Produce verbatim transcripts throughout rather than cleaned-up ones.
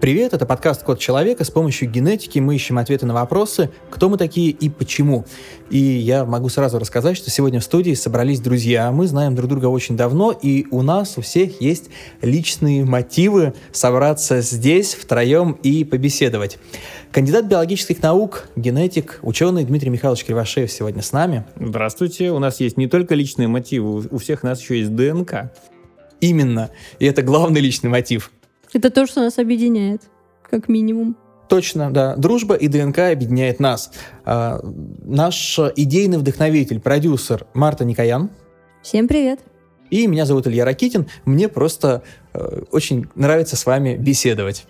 Привет, это подкаст «Код человека». С помощью генетики мы ищем ответы на вопросы, кто мы такие и почему. И я могу сразу рассказать, что сегодня в студии собрались друзья. Мы знаем друг друга очень давно, и у нас у всех есть личные мотивы собраться здесь втроем и побеседовать. Кандидат биологических наук, генетик, ученый Дмитрий Михайлович Кривошеев сегодня с нами. Здравствуйте. У нас есть не только личные мотивы, у всех нас еще есть ДНК. Именно. И это главный личный мотив. Это то, что нас объединяет, как минимум. Точно, да. Дружба и ДНК объединяет нас. А, наш идейный вдохновитель, продюсер Марта Никоян. Всем привет. И меня зовут Илья Ракитин. Мне просто э, очень нравится с вами беседовать.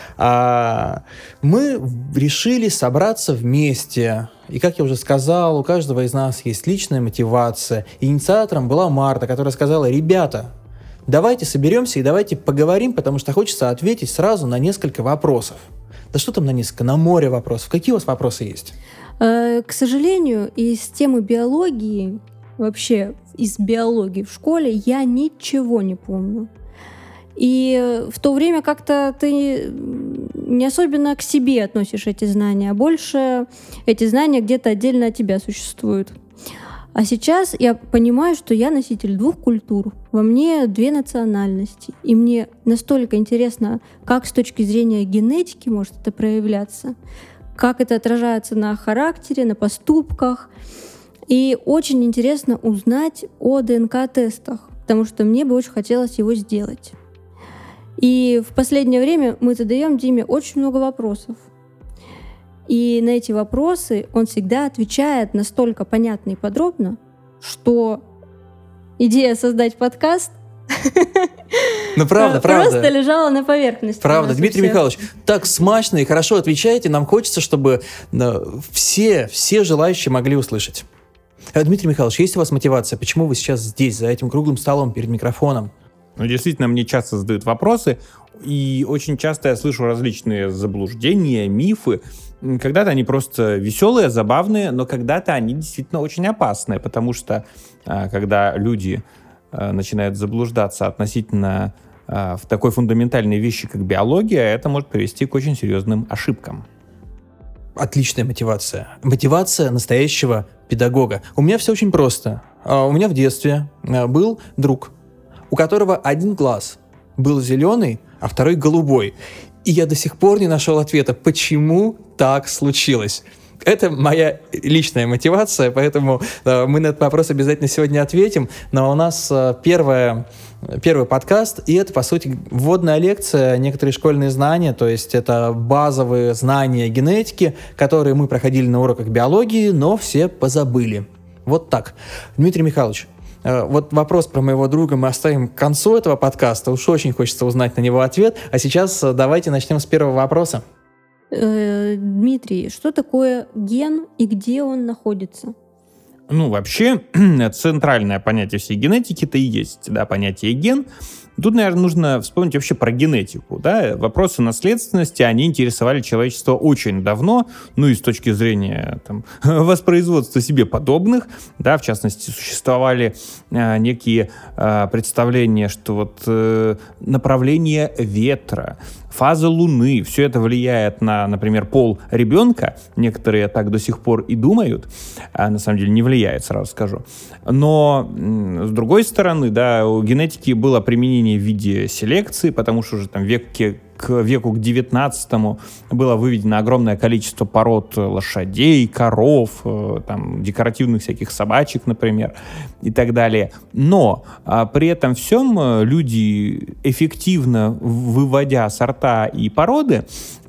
А, мы решили собраться вместе. И, как я уже сказал, у каждого из нас есть личная мотивация. И инициатором была Марта, которая сказала: ребята, давайте соберемся и давайте поговорим, потому что хочется ответить сразу на несколько вопросов. Да что там на несколько? На море вопросов. Какие у вас вопросы есть? Э, к сожалению, из темы биологии, вообще из биологии в школе, я ничего не помню. И в то время как-то ты не особенно к себе относишь эти знания, а больше эти знания где-то отдельно от тебя существуют. А сейчас я понимаю, что я носитель двух культур. Во мне две национальности. И мне настолько интересно, как с точки зрения генетики может это проявляться, как это отражается на характере, на поступках. И очень интересно узнать о ДНК-тестах, потому что мне бы очень хотелось его сделать. И в последнее время мы задаем Диме очень много вопросов. И на эти вопросы он всегда отвечает настолько понятно и подробно, что идея создать подкаст ну, правда, правда. просто лежала на поверхности. Правда, Дмитрий Михайлович, так смачно и хорошо отвечаете, нам хочется, чтобы все, все желающие могли услышать. Дмитрий Михайлович, есть у вас мотивация? Почему вы сейчас здесь, за этим круглым столом, перед микрофоном? Ну, действительно, мне часто задают вопросы, и очень часто я слышу различные заблуждения, мифы. Когда-то они просто веселые, забавные, но когда-то они действительно очень опасные, потому что когда люди начинают заблуждаться относительно в такой фундаментальной вещи, как биология, это может привести к очень серьезным ошибкам. Отличная мотивация. Мотивация настоящего педагога. У меня все очень просто. У меня в детстве был друг, у которого один глаз был зеленый, а второй голубой. И я до сих пор не нашел ответа, почему так случилось. Это моя личная мотивация, поэтому э, мы на этот вопрос обязательно сегодня ответим. Но у нас э, первое, первый подкаст, и это, по сути, вводная лекция, некоторые школьные знания, то есть это базовые знания генетики, которые мы проходили на уроках биологии, но все позабыли. Вот так. Дмитрий Михайлович, вот вопрос про моего друга мы оставим к концу этого подкаста. Уж очень хочется узнать на него ответ. А сейчас давайте начнем с первого вопроса. Э, Дмитрий, что такое ген и где он находится? Ну, вообще, центральное понятие всей генетики-то и есть, да, понятие ген. Тут, наверное, нужно вспомнить вообще про генетику. Да? Вопросы наследственности, они интересовали человечество очень давно, ну и с точки зрения там, воспроизводства себе подобных. Да, в частности, существовали э, некие э, представления, что вот э, направление ветра, фаза Луны, все это влияет на, например, пол ребенка. Некоторые так до сих пор и думают, а на самом деле не влияет, сразу скажу. Но, с другой стороны, да, у генетики было применение в виде селекции, потому что уже там веке, к веку к девятнадцатому было выведено огромное количество пород лошадей, коров, там, декоративных всяких собачек, например, и так далее. Но а, при этом всем люди, эффективно выводя сорта и породы,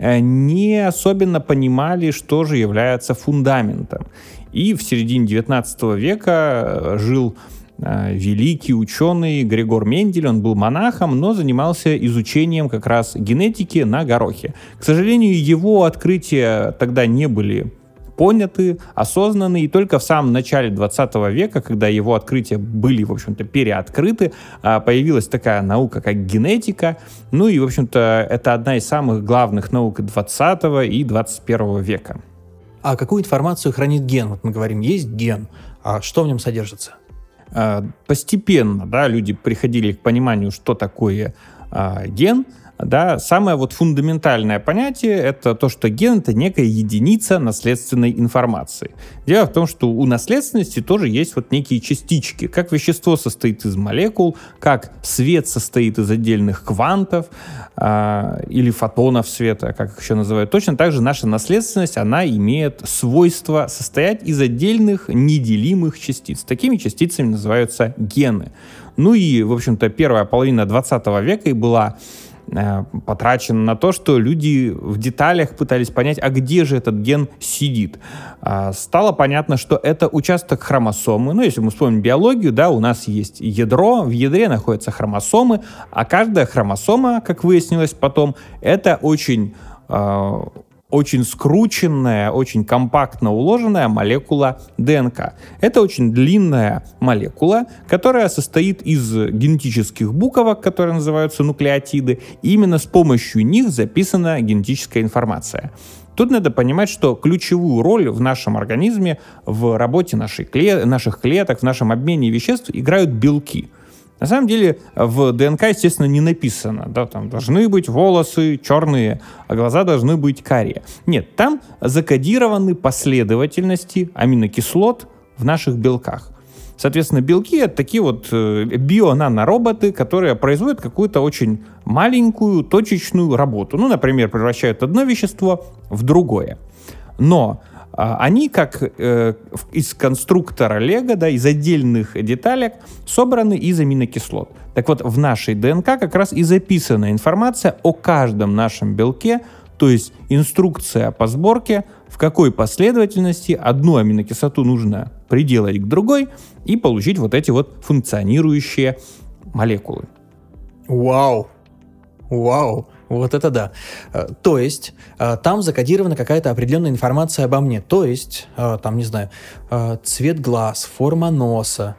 не особенно понимали, что же является фундаментом. И в середине девятнадцатого века жил великий ученый Григор Мендель. Он был монахом, но занимался изучением как раз генетики на горохе. К сожалению, его открытия тогда не были поняты, осознаны, и только в самом начале двадцатого века, когда его открытия были, в общем-то, переоткрыты, появилась такая наука, как генетика. Ну и, в общем-то, это одна из самых главных наук двадцатого и двадцать первого века. А какую информацию хранит ген? Вот мы говорим, есть ген, а что в нем содержится? Постепенно, да, люди приходили к пониманию, что такое а, ген, Да, самое вот фундаментальное понятие — это то, что ген — это некая единица наследственной информации. Дело в том, что у наследственности тоже есть вот некие частички. Как вещество состоит из молекул, как свет состоит из отдельных квантов э, или фотонов света, как их еще называют. Точно так же наша наследственность, она имеет свойство состоять из отдельных неделимых частиц. Такими частицами называются гены. Ну и, в общем-то, первая половина двадцатого века и была потрачено на то, что люди в деталях пытались понять, а где же этот ген сидит. Стало понятно, что это участок хромосомы. Ну, если мы вспомним биологию, да, у нас есть ядро, в ядре находятся хромосомы, а каждая хромосома, как выяснилось потом, это очень... очень скрученная, очень компактно уложенная молекула ДНК. Это очень длинная молекула, которая состоит из генетических буквок, которые называются нуклеотиды, и именно с помощью них записана генетическая информация. Тут надо понимать, что ключевую роль в нашем организме, в работе нашей кле- наших клеток, в нашем обмене веществ играют белки. На самом деле в ДНК, естественно, не написано, да, там должны быть волосы черные, а глаза должны быть карие. Нет, там закодированы последовательности аминокислот в наших белках. Соответственно, белки — это такие вот био-нанороботы, которые производят какую-то очень маленькую точечную работу. Ну, например, превращают одно вещество в другое. Но они, как э, из конструктора Лего, да, из отдельных деталек, собраны из аминокислот. Так вот, в нашей ДНК как раз и записана информация о каждом нашем белке, то есть инструкция по сборке, в какой последовательности одну аминокислоту нужно приделать к другой и получить вот эти вот функционирующие молекулы. Вау! Вау! Вот это да. То есть там закодирована какая-то определенная информация обо мне. То есть, там, не знаю, цвет глаз, форма носа,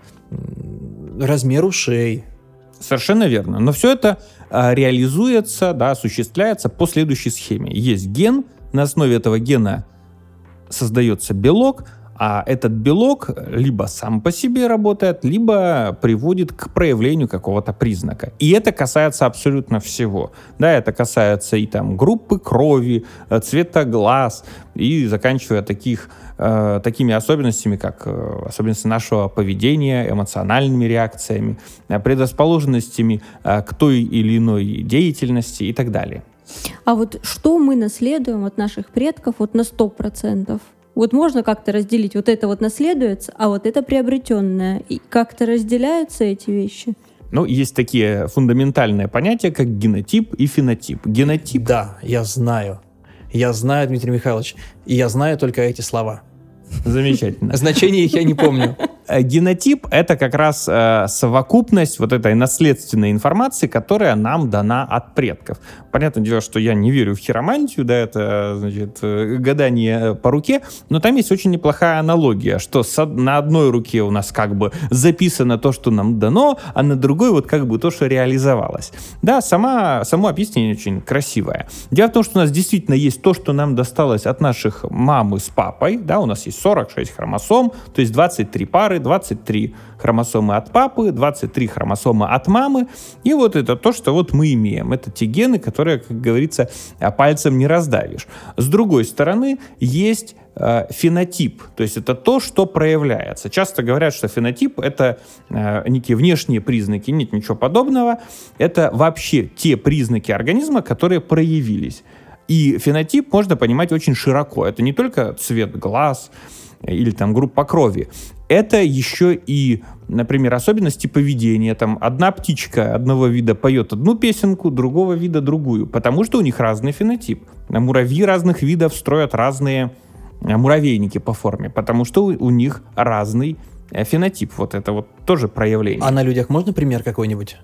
размер ушей. Совершенно верно. Но все это реализуется, да, осуществляется по следующей схеме. Есть ген, на основе этого гена создается белок, а этот белок либо сам по себе работает, либо приводит к проявлению какого-то признака. И это касается абсолютно всего. Да, это касается и там группы крови, цвета глаз, и заканчивая таких, э, такими особенностями, как э, особенности нашего поведения, эмоциональными реакциями, э, предрасположенностями э, к той или иной деятельности и так далее. А вот что мы наследуем от наших предков вот на сто процентов? Вот можно как-то разделить, вот это вот наследуется, а вот это приобретенное. И как-то разделяются эти вещи? Ну, есть такие фундаментальные понятия, как генотип и фенотип. Генотип... Да, я знаю. Я знаю, Дмитрий Михайлович, и я знаю только эти слова. Замечательно. Значение их я не помню. Генотип — это как раз э, совокупность вот этой наследственной информации, которая нам дана от предков. Понятное дело, что я не верю в хиромантию, да, это, значит, гадание по руке, но там есть очень неплохая аналогия, что с, на одной руке у нас как бы записано то, что нам дано, а на другой вот как бы то, что реализовалось. Да, сама, само объяснение очень красивое. Дело в том, что у нас действительно есть то, что нам досталось от наших мамы с папой, да, у нас есть сорок шесть хромосом, то есть двадцать три пары, двадцать три хромосомы от папы, двадцать три хромосомы от мамы, и вот это то, что вот мы имеем. Это те гены, которые, как говорится, пальцем не раздавишь. С другой стороны, есть э, фенотип, то есть это то, что проявляется. Часто говорят, что фенотип — это э, некие внешние признаки. Нет ничего подобного. Это вообще те признаки организма, которые проявились. И фенотип можно понимать очень широко. Это не только цвет глаз или там группа крови. Это еще и, например, особенности поведения. Там одна птичка одного вида поет одну песенку, другого вида другую, потому что у них разный фенотип. Муравьи разных видов строят разные муравейники по форме, потому что у них разный фенотип. Вот это вот тоже проявление. А на людях можно пример какой-нибудь?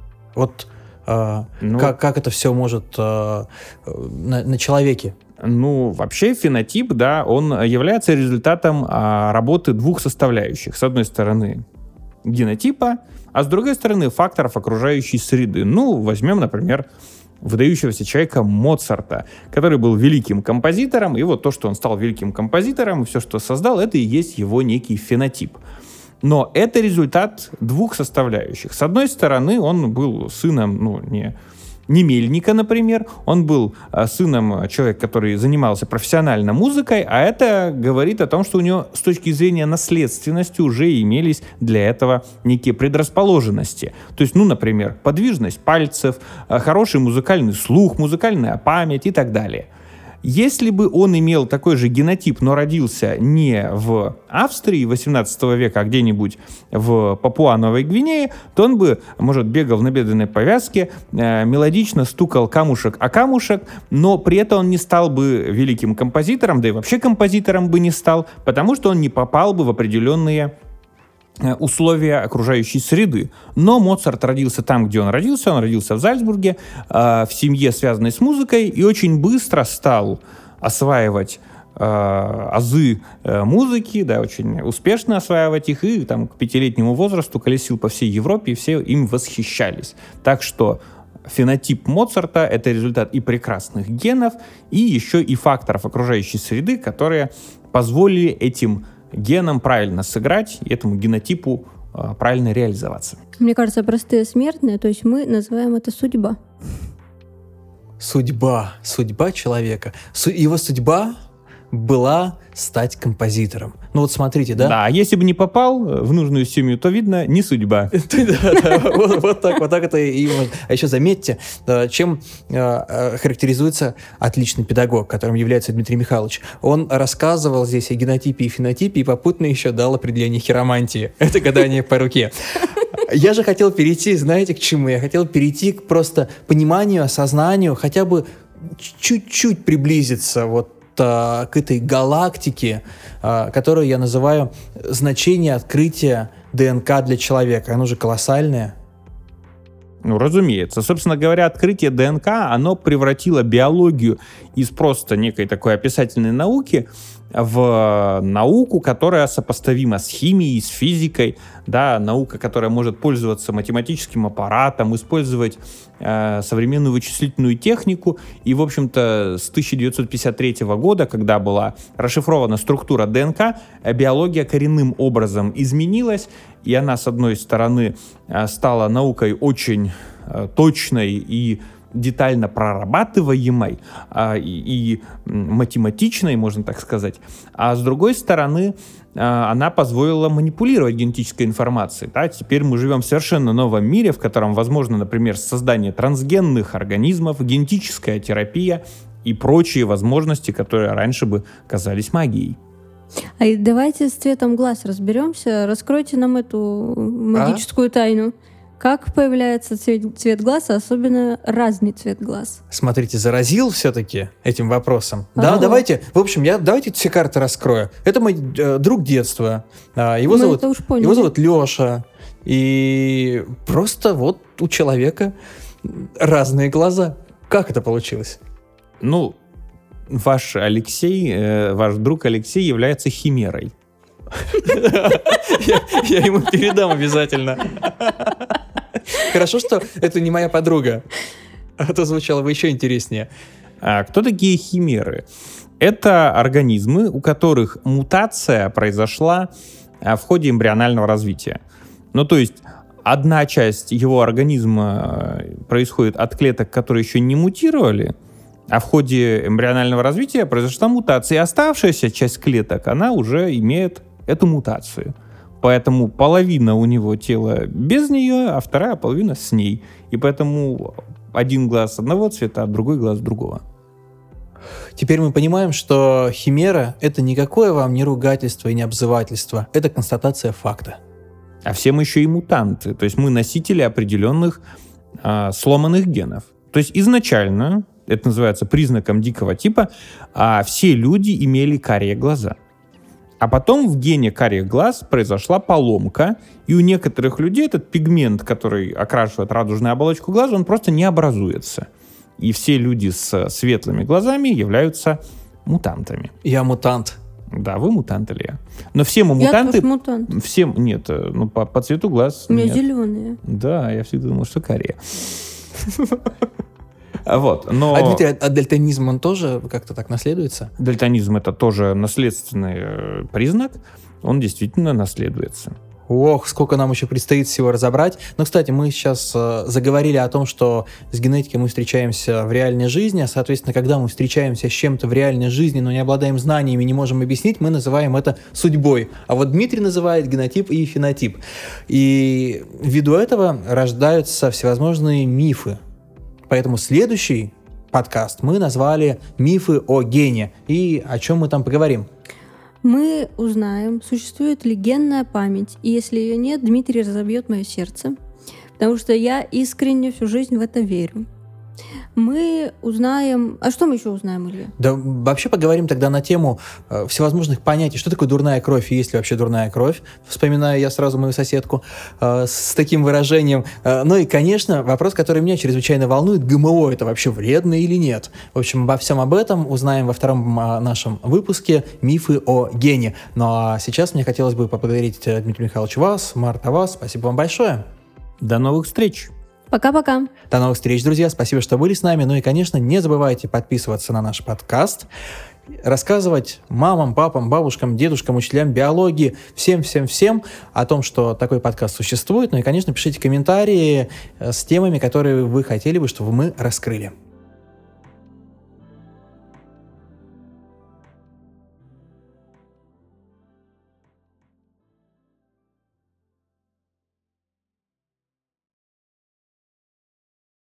Вот э, ну, как, как это все может э, на, на человеке? Ну, вообще фенотип, да, он является результатом а, работы двух составляющих. С одной стороны генотипа, а с другой стороны факторов окружающей среды. Ну, возьмем, например, выдающегося человека Моцарта, который был великим композитором, и вот то, что он стал великим композитором, и все, что создал, это и есть его некий фенотип. Но это результат двух составляющих. С одной стороны, он был сыном, ну, не... не Мельника, например. Он был э, сыном человека, который занимался профессионально музыкой, а это говорит о том, что у него с точки зрения наследственности уже имелись для этого некие предрасположенности. То есть, ну, например, подвижность пальцев, э, хороший музыкальный слух, музыкальная память и так далее. Если бы он имел такой же генотип, но родился не в Австрии восемнадцатого века, а где-нибудь в Папуа-Новой Гвинее, то он бы, может, бегал в набедренной повязке, э, мелодично стукал камушек о камушек, но при этом он не стал бы великим композитором, да и вообще композитором бы не стал, потому что он не попал бы в определенные условия окружающей среды. Но Моцарт родился там, где он родился. Он родился в Зальцбурге, э, в семье, связанной с музыкой, и очень быстро стал осваивать э, азы э, музыки, да, очень успешно осваивать их, и там, к пятилетнему возрасту колесил по всей Европе, и все им восхищались. Так что фенотип Моцарта — это результат и прекрасных генов, и еще и факторов окружающей среды, которые позволили этим генам правильно сыграть и этому генотипу э, правильно реализоваться. Мне кажется, простые смертные, то есть мы называем это судьба. Судьба. Судьба человека. Су- его судьба была стать композитором. Ну вот смотрите, да? Да, а если бы не попал в нужную семью, то, видно, не судьба. Вот так, вот так это и можно. А еще заметьте, чем характеризуется отличный педагог, которым является Дмитрий Михайлович. Он рассказывал здесь о генотипе и фенотипе, и попутно еще дал определение хиромантии. Это гадание по руке. Я же хотел перейти, знаете, к чему? Я хотел перейти к просто пониманию, осознанию, хотя бы чуть-чуть приблизиться вот к этой галактике, которую я называю значение открытия ДНК для человека. Оно же колоссальное. Ну, разумеется. Собственно говоря, открытие ДНК, оно превратило биологию из просто некой такой описательной науки в науку, которая сопоставима с химией, с физикой, да, наука, которая может пользоваться математическим аппаратом, использовать э, современную вычислительную технику. И, в общем-то, с тысяча девятьсот пятьдесят третьего года, когда была расшифрована структура ДНК, биология коренным образом изменилась, и она, с одной стороны, стала наукой очень э, точной и детально прорабатываемой а, и, и математичной, можно так сказать, а с другой стороны, а, она позволила манипулировать генетической информацией. Да? Теперь мы живем в совершенно новом мире, в котором возможно, например, создание трансгенных организмов, генетическая терапия и прочие возможности, которые раньше бы казались магией. А давайте с цветом глаз разберемся. Раскройте нам эту магическую а? тайну. Как появляется цвет, цвет глаз, а особенно разный цвет глаз? Смотрите, заразил все-таки этим вопросом. А-а-а. Да, давайте, в общем, я давайте все карты раскрою. Это мой э, друг детства. Его, зовут, его зовут Леша. И просто вот у человека разные глаза. Как это получилось? Ну, ваш Алексей, э, ваш друг Алексей является химерой. Я ему передам обязательно. Хорошо, что это не моя подруга. А то звучало бы еще интереснее. А кто такие химеры? Это организмы, у которых мутация произошла в ходе эмбрионального развития. Ну, то есть одна часть его организма происходит от клеток, которые еще не мутировали, а в ходе эмбрионального развития произошла мутация, и оставшаяся часть клеток, она уже имеет эту мутацию. Поэтому половина у него тела без нее, а вторая половина с ней. И поэтому один глаз одного цвета, а другой глаз другого. Теперь мы понимаем, что химера — это никакое вам не ругательство и не обзывательство. Это констатация факта. А все мы еще и мутанты. То есть мы носители определенных э, сломанных генов. То есть изначально, это называется признаком дикого типа, э, все люди имели карие глаза. А потом в гене карих глаз произошла поломка, и у некоторых людей этот пигмент, который окрашивает радужную оболочку глаза, он просто не образуется. И все люди с светлыми глазами являются мутантами. Я мутант. Да, вы мутант, Илья. Но все мы мутанты... Я тоже мутант. Всем... Нет, ну по, по цвету глаз У меня нет. зеленые. Да, я всегда думал, что карие. Вот, но... А, Дмитрий, а дальтонизм, он тоже как-то так наследуется? Дальтонизм — это тоже наследственный признак, он действительно наследуется. Ох, сколько нам еще предстоит всего разобрать. Но, кстати, мы сейчас э, заговорили о том, что с генетикой мы встречаемся в реальной жизни, а, соответственно, когда мы встречаемся с чем-то в реальной жизни, но не обладаем знаниями, не можем объяснить, мы называем это судьбой. А вот Дмитрий называет генотип и фенотип. И ввиду этого рождаются всевозможные мифы. Поэтому следующий подкаст мы назвали «Мифы о гене». И о чем мы там поговорим? Мы узнаем, существует ли генная память, и если ее нет, Дмитрий разобьет мое сердце, потому что я искренне всю жизнь в это верю. Мы узнаем... А что мы еще узнаем, Илья? Да вообще поговорим тогда на тему э, всевозможных понятий, что такое дурная кровь и есть ли вообще дурная кровь. Вспоминаю я сразу мою соседку э, с таким выражением. Э, ну и, конечно, вопрос, который меня чрезвычайно волнует, ГМО это вообще вредно или нет? В общем, обо всем об этом узнаем во втором э, нашем выпуске «Мифы о гене». Ну а сейчас мне хотелось бы поблагодарить Дмитрия Михайловича вас, Марта вас. Спасибо вам большое. До новых встреч! Пока-пока. До новых встреч, друзья. Спасибо, что были с нами. Ну и, конечно, не забывайте подписываться на наш подкаст, рассказывать мамам, папам, бабушкам, дедушкам, учителям биологии, всем-всем-всем о том, что такой подкаст существует. Ну и, конечно, пишите комментарии с темами, которые вы хотели бы, чтобы мы раскрыли.